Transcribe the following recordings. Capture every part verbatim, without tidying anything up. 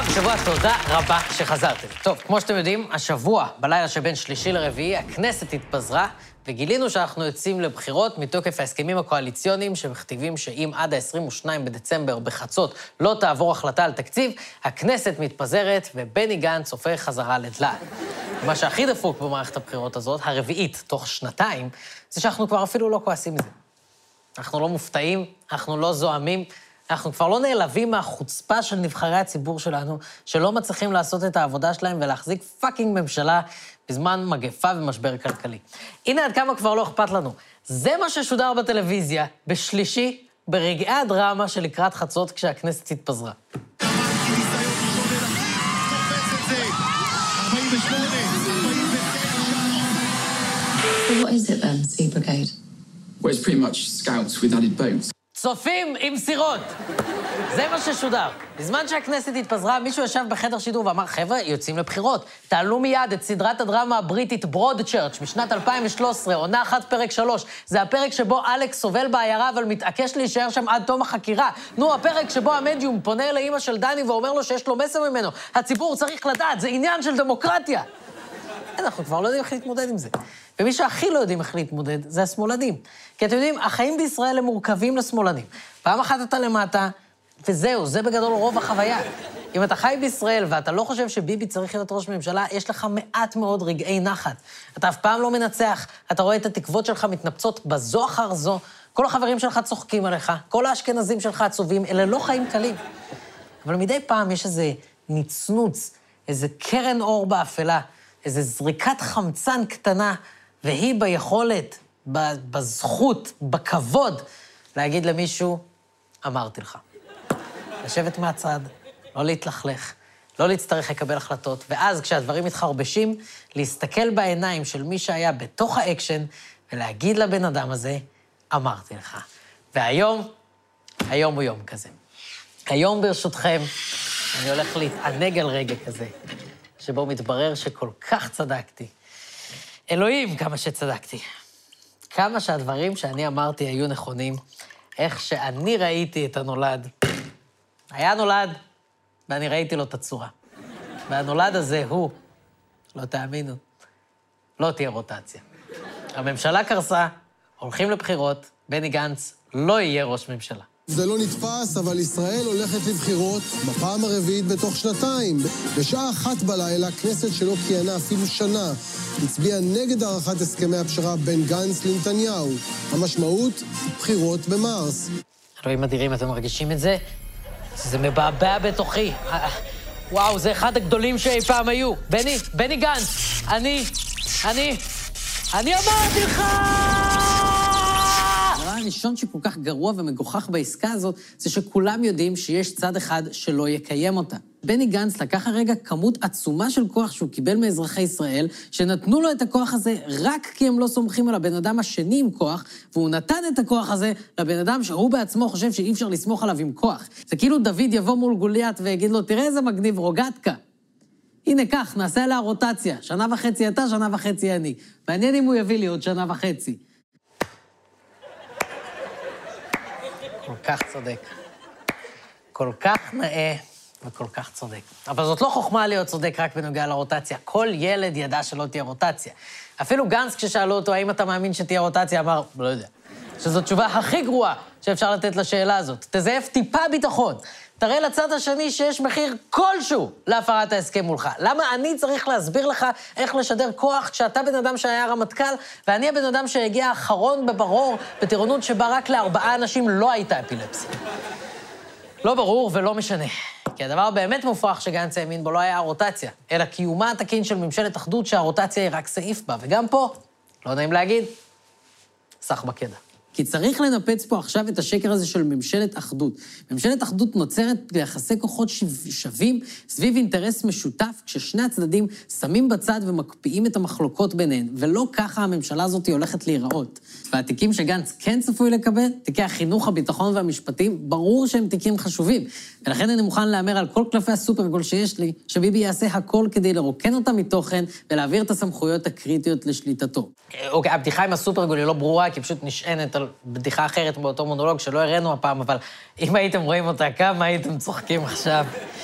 שלום, שבוע תודה רבה שחזרתם. טוב, כמו שאתם יודעים, השבוע, בלילה שבין שלישי לרביעי, הכנסת התפזרה, וגילינו שאנחנו יוצאים לבחירות מתוקף ההסכמים הקואליציוניים שמכתיבים שאם עד ה-עשרים ושניים בדצמבר בחצות לא תעבור החלטה על תקציב, הכנסת מתפזרת ובני גנץ הופך חזרה לדלעת. מה שהכי דפוק במערכת הבחירות הזאת, הרביעית, תוך שנתיים, זה שאנחנו כבר אפילו לא כועסים מזה. אנחנו לא מופתעים, אנחנו לא זועמים, אנחנו כבר לא נעלבים מהחוצפה של נבחרי הציבור שלנו, שלא מצליחים לעשות את העבודה שלהם ולהחזיק פאקינג ממשלה בזמן מגפה ומשבר כלכלי. הנה עד כמה כבר לא אכפת לנו. זה מה ששודר בטלוויזיה, בשלישי, ברגעי הדרמה שלקראת חצות כשהכנסת התפזרה. What is it then, Sea Brigade? Well, it's pretty much scouts with added boats. צופים עם סירות. זה מה ששודר. בזמן שהכנסת התפזרה, מישהו ישב בחדר שידור ואמר, חבר'ה, יוצאים לבחירות. תעלו מיד את סדרת הדרמה הבריטית ברודצ'רץ' משנת אלפיים ושלוש עשרה, עונה אחת פרק שלוש. זה הפרק שבו אלכס סובל בעיירה, אבל מתעקש להישאר שם עד תום החקירה. נו, הפרק שבו המדיום פונה לאמא של דני ואומר לו שיש לו מסר ממנו. הציבור צריך לדעת, זה עניין של דמוקרטיה. אנחנו כבר לא יודעים איך להתמודד עם זה. ומי שהכי לא יודעים איך להתמודד, זה השמאלנים. כי אתם יודעים, החיים בישראל הם מורכבים לשמאלנים. פעם אחת אתה למטה, וזהו, זה בגדול רוב החוויה. אם אתה חי בישראל ואתה לא חושב שביבי צריך להיות ראש ממשלה, יש לך מעט מאוד רגעי נחת. אתה אף פעם לא מנצח, אתה רואה את התקוות שלך מתנפצות בזו אחר זו, כל החברים שלך צוחקים עליך, כל האשכנזים שלך עצובים, אלה לא חיים קלים. אבל מדי פעם יש איזה ניצנוץ, איזה קרן אור באפלה, איזה זריקת חמצן קטנה, והיא ביכולת, בזכות, בכבוד, להגיד למישהו, אמרתי לך. לשבת מהצד, לא להתלכלך, לא להצטרך לקבל החלטות, ואז כשהדברים מתחרבשים, להסתכל בעיניים של מי שהיה בתוך האקשן, ולהגיד לבן אדם הזה, אמרתי לך. והיום, היום הוא יום כזה. היום ברשותכם, אני הולך להתענג על רגע כזה, שבו מתברר שכל כך צדקתי. אלוהים, כמה שצדקתי. כמה שהדברים שאני אמרתי היו נכונים, איך שאני ראיתי את הנולד. היה נולד, ואני ראיתי לו את הצורה. והנולד הזה הוא, לא תאמינו, לא תהיה רוטציה. הממשלה קרסה, הולכים לבחירות, בני גנץ לא יהיה ראש ממשלה. זה לא נתפס, אבל ישראל הולכת לבחירות בפעם הרביעית בתוך שנתיים. בשעה אחת בלילה, כנסת שלא כיהנה אפילו שנה, הצביעה נגד הערכת הסכמי הפשרה בין גנץ לנתניהו. המשמעות, בחירות במרס. אלוהים אדירים, אתם מרגישים את זה? זה מבעבע בתוכי. וואו, זה אחד הגדולים שאי פעם היו. בני, בני גנץ, אני, אני, אני אמרתי לך! הראשון שכל כך גרוע ומגוחך בעסקה הזאת, זה שכולם יודעים שיש צד אחד שלא יקיים אותה. בני גנץ לקח הרגע כמות עצומה של כוח שהוא קיבל מאזרחי ישראל, שנתנו לו את הכוח הזה רק כי הם לא סומכים על הבן אדם השני עם כוח, והוא נתן את הכוח הזה לבן אדם שהוא בעצמו חושב שאי אפשר לסמוך עליו עם כוח. זה כאילו דוד יבוא מול גוליית ויגיד לו, תראה איזה מגניב רוגטקה. הנה כך, נעשה לה רוטציה. שנה וחצי אתה, שנה וחצי אני. מעניין אם הוא יביא לי עוד שנה וחצי. כל כך צודק. כל כך נאה וכל כך צודק. אבל זאת לא חוכמה להיות צודק רק בנוגע לרוטציה. כל ילד ידע שלא תהיה רוטציה. אפילו גנץ, כששאלו אותו, האם אתה מאמין שתהיה רוטציה, אמר, לא יודע. שזו תשובה הכי גרועה שאפשר לתת לשאלה הזאת. תזייף טיפה ביטחון. תראה לצד השני שיש מחיר כלשהו להפרת ההסכם מולך. למה אני צריך להסביר לך איך לשדר כוח כשאתה בן אדם שהיה רמטכ"ל, ואני הבן אדם שהגיע האחרון בברור בטירונות שבה רק לארבעה אנשים לא הייתה אפילפסיה. לא ברור ולא משנה. כי הדבר באמת מופרך שגנץ האמין בו לא היה הרוטציה, אלא קיומה התקין של ממשלת אחדות שהרוטציה היא רק סעיף בה. וגם פה, לא נעים להגיד, סך בקדה. כי צריך לנפץ פה עכשיו את השקר הזה של ממשלת אחדות. ממשלת אחדות נוצרת ביחסי כוחות שווים סביב אינטרס משותף, כששני הצדדים שמים בצד ומקפיאים את המחלוקות ביניהן, ולא ככה הממשלה הזאת הולכת להיראות. והתיקים שגנץ כן צפוי לקבל, תיקי החינוך, הביטחון והמשפטים, ברור שהם תיקים חשובים. ולכן אני מוכן לאמר על כל קלפי הסופרגול שיש לי, שביבי יעשה הכל כדי לרוקן אותה מתוכן, ולהעביר את הסמכויות הקריטיות לשליטתו. אוקיי, הבדיחה עם הסופרגול היא לא ברורה, כי פשוט נשענת על בדיחה אחרת באותו מונולוג שלא הראינו הפעם, אבל אם הייתם רואים אותה, כמה הייתם צוחקים עכשיו.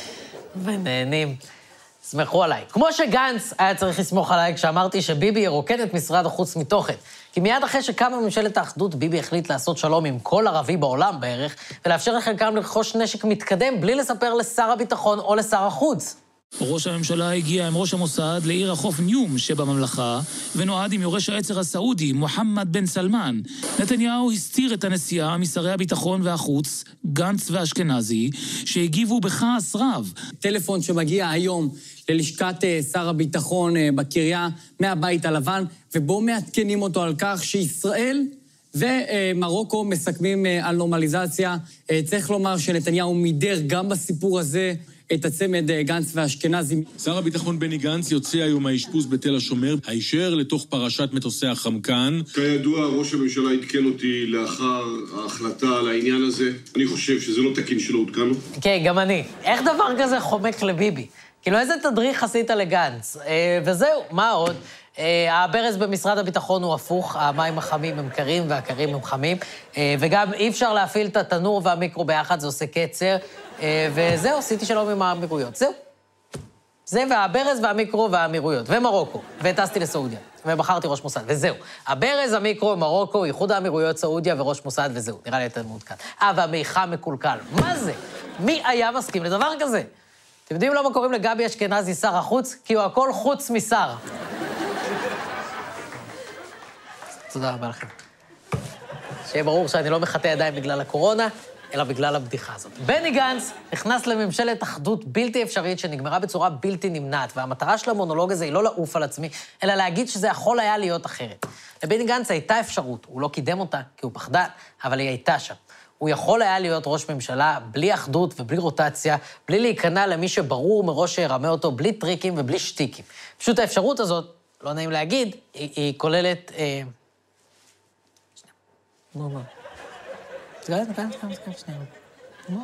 ונהנים. סמכו עליי. כמו שגנץ היה צריך לסמוך עליי כשאמרתי שביבי ירוקן את משרד החוץ מתוכן. כי מיד אחרי שקמה ממשלת האחדות, ביבי החליט לעשות שלום עם כל ערבי בעולם בערך, ולאפשר לחלקם לרכוש נשק מתקדם בלי לספר לשר הביטחון או לשר החוץ. ראש הממשלה הגיע עם ראש המוסד לעיר החוף ניום שבממלכה, ונועד עם יורש העצר הסעודי, מוחמד בן סלמן. נתניהו הסתיר את הנסיעה משרי הביטחון והחוץ, גנץ ואשכנזי, שהגיבו בכעס רב. טלפון שמגיע היום ללשכת שר הביטחון בקריה מהבית הלבן, ובו מעדכנים אותו על כך שישראל ומרוקו מסכמים על נורמליזציה. צריך לומר שנתניהו מידר גם בסיפור הזה את הצמד גנץ ואשכנזי. שר הביטחון בני גנץ יוצא היום מהאשפוז בתל השומר, הישר לתוך פרשת מטוסי החמקן. כידוע, ראש הממשלה עדכן אותי לאחר ההחלטה על העניין הזה. אני חושב שזה לא תקין שלא עודכנו. כן, גם אני. איך דבר כזה חומק לביבי? כאילו, איזה תדריך עשית לגנץ? אה, וזהו, מה עוד? אה, הברז במשרד הביטחון הוא הפוך, המים החמים הם קרים והקרים הם חמים, אה, וגם אי אפשר להפעיל את התנור והמיקרו ביחד, זה עושה קצר, אה, וזהו, עשיתי שלום עם האמירויות. זהו. זה והברז והמיקרו והאמירויות, ומרוקו, וטסתי לסעודיה, ובחרתי ראש מוסד, וזהו. הברז, המיקרו, מרוקו, איחוד האמירויות, סעודיה וראש מוסד, וזהו. נראה לי יותר מעודכן. אה, והמיכה מקולקל. מה זה? מי היה מסכים לדבר כזה? אתם יודעים למה קוראים לגבי אשכנזי שר החוץ? כי הוא הכל חוץ משר. תודה רבה לכם. שיהיה ברור שאני לא מחטא ידיים בגלל הקורונה, אלא בגלל הבדיחה הזאת. בני גנץ נכנס לממשלת אחדות בלתי אפשרית שנגמרה בצורה בלתי נמנעת, והמטרה של המונולוג הזה היא לא לעוף על עצמי, אלא להגיד שזה יכול היה להיות אחרת. לבני גנץ הייתה אפשרות, הוא לא קידם אותה כי הוא פחדן, אבל היא הייתה שם. הוא יכול היה להיות ראש ממשלה בלי אחדות ובלי רוטציה, בלי להיכנע למי שברור מראש שירמה אותו, בלי טריקים ובלי שטיקים. פשוט האפשרות הזאת, לא נעים להגיד, היא, היא כוללת... אה... שנייה. נו, נו. סגרת, סגרת, סגרת, שנייה. נו.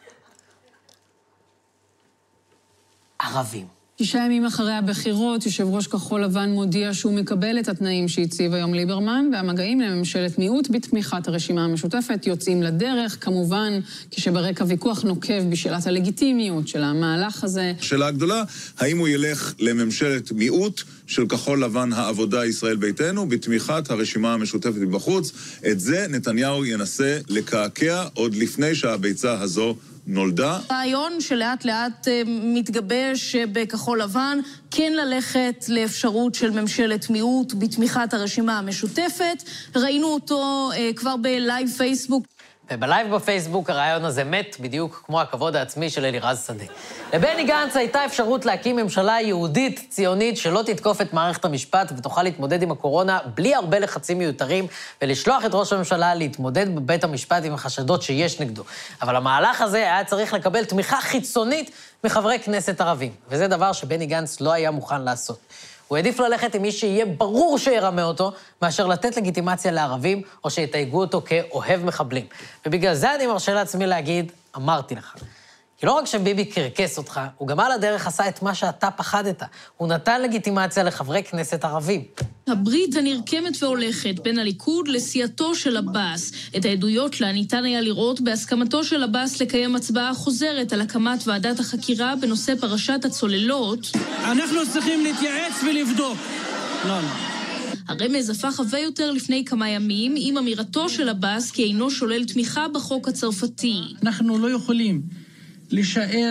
ערבים. שישה ימים אחרי הבחירות, יושב ראש כחול לבן מודיע שהוא מקבל את התנאים שהציב היום ליברמן, והמגעים לממשלת מיעוט בתמיכת הרשימה המשותפת יוצאים לדרך, כמובן, כשברקע ויכוח נוקב בשאלת הלגיטימיות של המהלך הזה. שאלה הגדולה, האם הוא ילך לממשלת מיעוט של כחול לבן העבודה ישראל ביתנו, בתמיכת הרשימה המשותפת בחוץ? את זה נתניהו ינסה לקעקע עוד לפני שהביצה הזו נולדה. רעיון שלאט לאט מתגבש בכחול לבן, כן ללכת לאפשרות של ממשלת מיעוט בתמיכת הרשימה המשותפת. ראינו אותו כבר בלייב פייסבוק. ובלייב בפייסבוק הרעיון הזה מת בדיוק כמו הכבוד העצמי של אלירז שדה. לבני גנץ הייתה אפשרות להקים ממשלה יהודית ציונית שלא תתקוף את מערכת המשפט ותוכל להתמודד עם הקורונה בלי הרבה לחצים מיותרים, ולשלוח את ראש הממשלה להתמודד בבית המשפט עם החשדות שיש נגדו. אבל המהלך הזה היה צריך לקבל תמיכה חיצונית מחברי כנסת ערבים, וזה דבר שבני גנץ לא היה מוכן לעשות. הוא העדיף ללכת עם מי שיהיה ברור שירמה אותו, מאשר לתת לגיטימציה לערבים, או שיתייגו אותו כאוהב מחבלים. ובגלל זה אני מרשה לעצמי להגיד, אמרתי לך. כי לא רק שביבי קרקס אותך, הוא גם על הדרך עשה את מה שאתה פחדת. הוא נתן לגיטימציה לחברי כנסת ערבים. הברית הנרקמת והולכת בין הליכוד לסיעתו של עבאס. את העדויות לה ניתן היה לראות בהסכמתו של עבאס לקיים הצבעה חוזרת על הקמת ועדת החקירה בנושא פרשת הצוללות. אנחנו צריכים להתייעץ ולבדוק. לא, לא. הרמז הפך הרבה יותר לפני כמה ימים עם אמירתו של עבאס כי אינו שולל תמיכה בחוק הצרפתי. אנחנו לא יכולים להישאר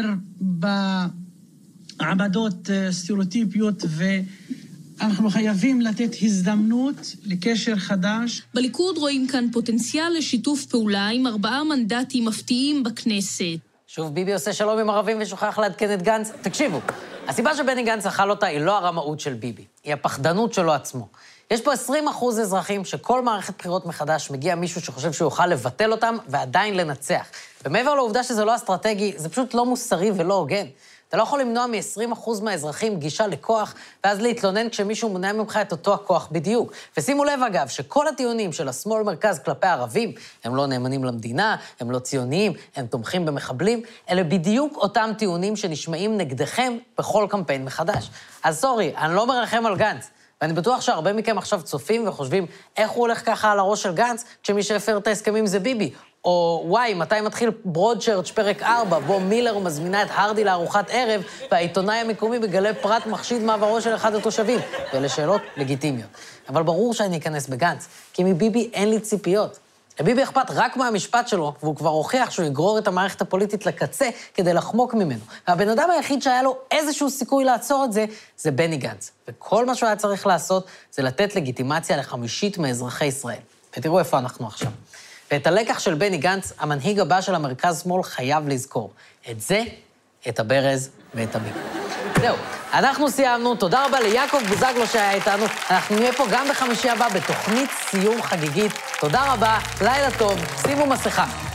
בעמדות סטריאוטיפיות ואנחנו חייבים לתת הזדמנות לקשר חדש. בליכוד רואים כאן פוטנציאל לשיתוף פעולה עם ארבעה מנדטים מפתיעים בכנסת. שוב ביבי עושה שלום עם ערבים ושוכח לעדכן את גנץ. תקשיבו, הסיבה שבני גנץ אכל אותה היא לא הרמאות של ביבי, היא הפחדנות שלו עצמו. יש פה עשרים אחוז אזרחים שכל מערכת בחירות מחדש מגיע מישהו שחושב שהוא יוכל לבטל אותם ועדיין לנצח. ומעבר לעובדה שזה לא אסטרטגי, זה פשוט לא מוסרי ולא הוגן. אתה לא יכול למנוע מ-עשרים אחוז מהאזרחים גישה לכוח, ואז להתלונן כשמישהו מונע ממך את אותו הכוח בדיוק. ושימו לב אגב, שכל הטיעונים של השמאל מרכז כלפי הערבים, הם לא נאמנים למדינה, הם לא ציוניים, הם תומכים במחבלים, אלה בדיוק אותם טיעונים שנשמעים נגדכם בכל קמפיין מחדש. אז סורי, אני לא מרחם על גנץ. ואני בטוח שהרבה מכם עכשיו צופים וחושבים איך הוא הולך ככה על הראש של גנץ, כשמי שהפר את ההסכמים זה ביבי. או וואי, מתי מתחיל ברודצ'רץ' פרק ארבע, בו מילר מזמינה את הרדי לארוחת ערב, והעיתונאי המקומי מגלה פרט מחשיד מעברו של אחד התושבים. ואלה שאלות לגיטימיות. אבל ברור שאני אכנס בגנץ, כי מביבי אין לי ציפיות. לביבי אכפת רק מהמשפט שלו, והוא כבר הוכיח שהוא יגרור את המערכת הפוליטית לקצה כדי לחמוק ממנו. והבן אדם היחיד שהיה לו איזשהו סיכוי לעצור את זה, זה בני גנץ. וכל מה שהוא היה צריך לעשות, זה לתת לגיטימציה לחמישית מאזרחי ישראל. ותראו איפה אנחנו עכשיו. ואת הלקח של בני גנץ, המנהיג הבא של המרכז-שמאל חייב לזכור. את זה, את הברז ואת הביבי. זהו, אנחנו סיימנו. תודה רבה ליעקב בוזגלו שהיה איתנו. אנחנו נהיה פה גם בחמישי הבא בתוכנית סיום חגיגית. תודה רבה, לילה טוב, שימו מסכה.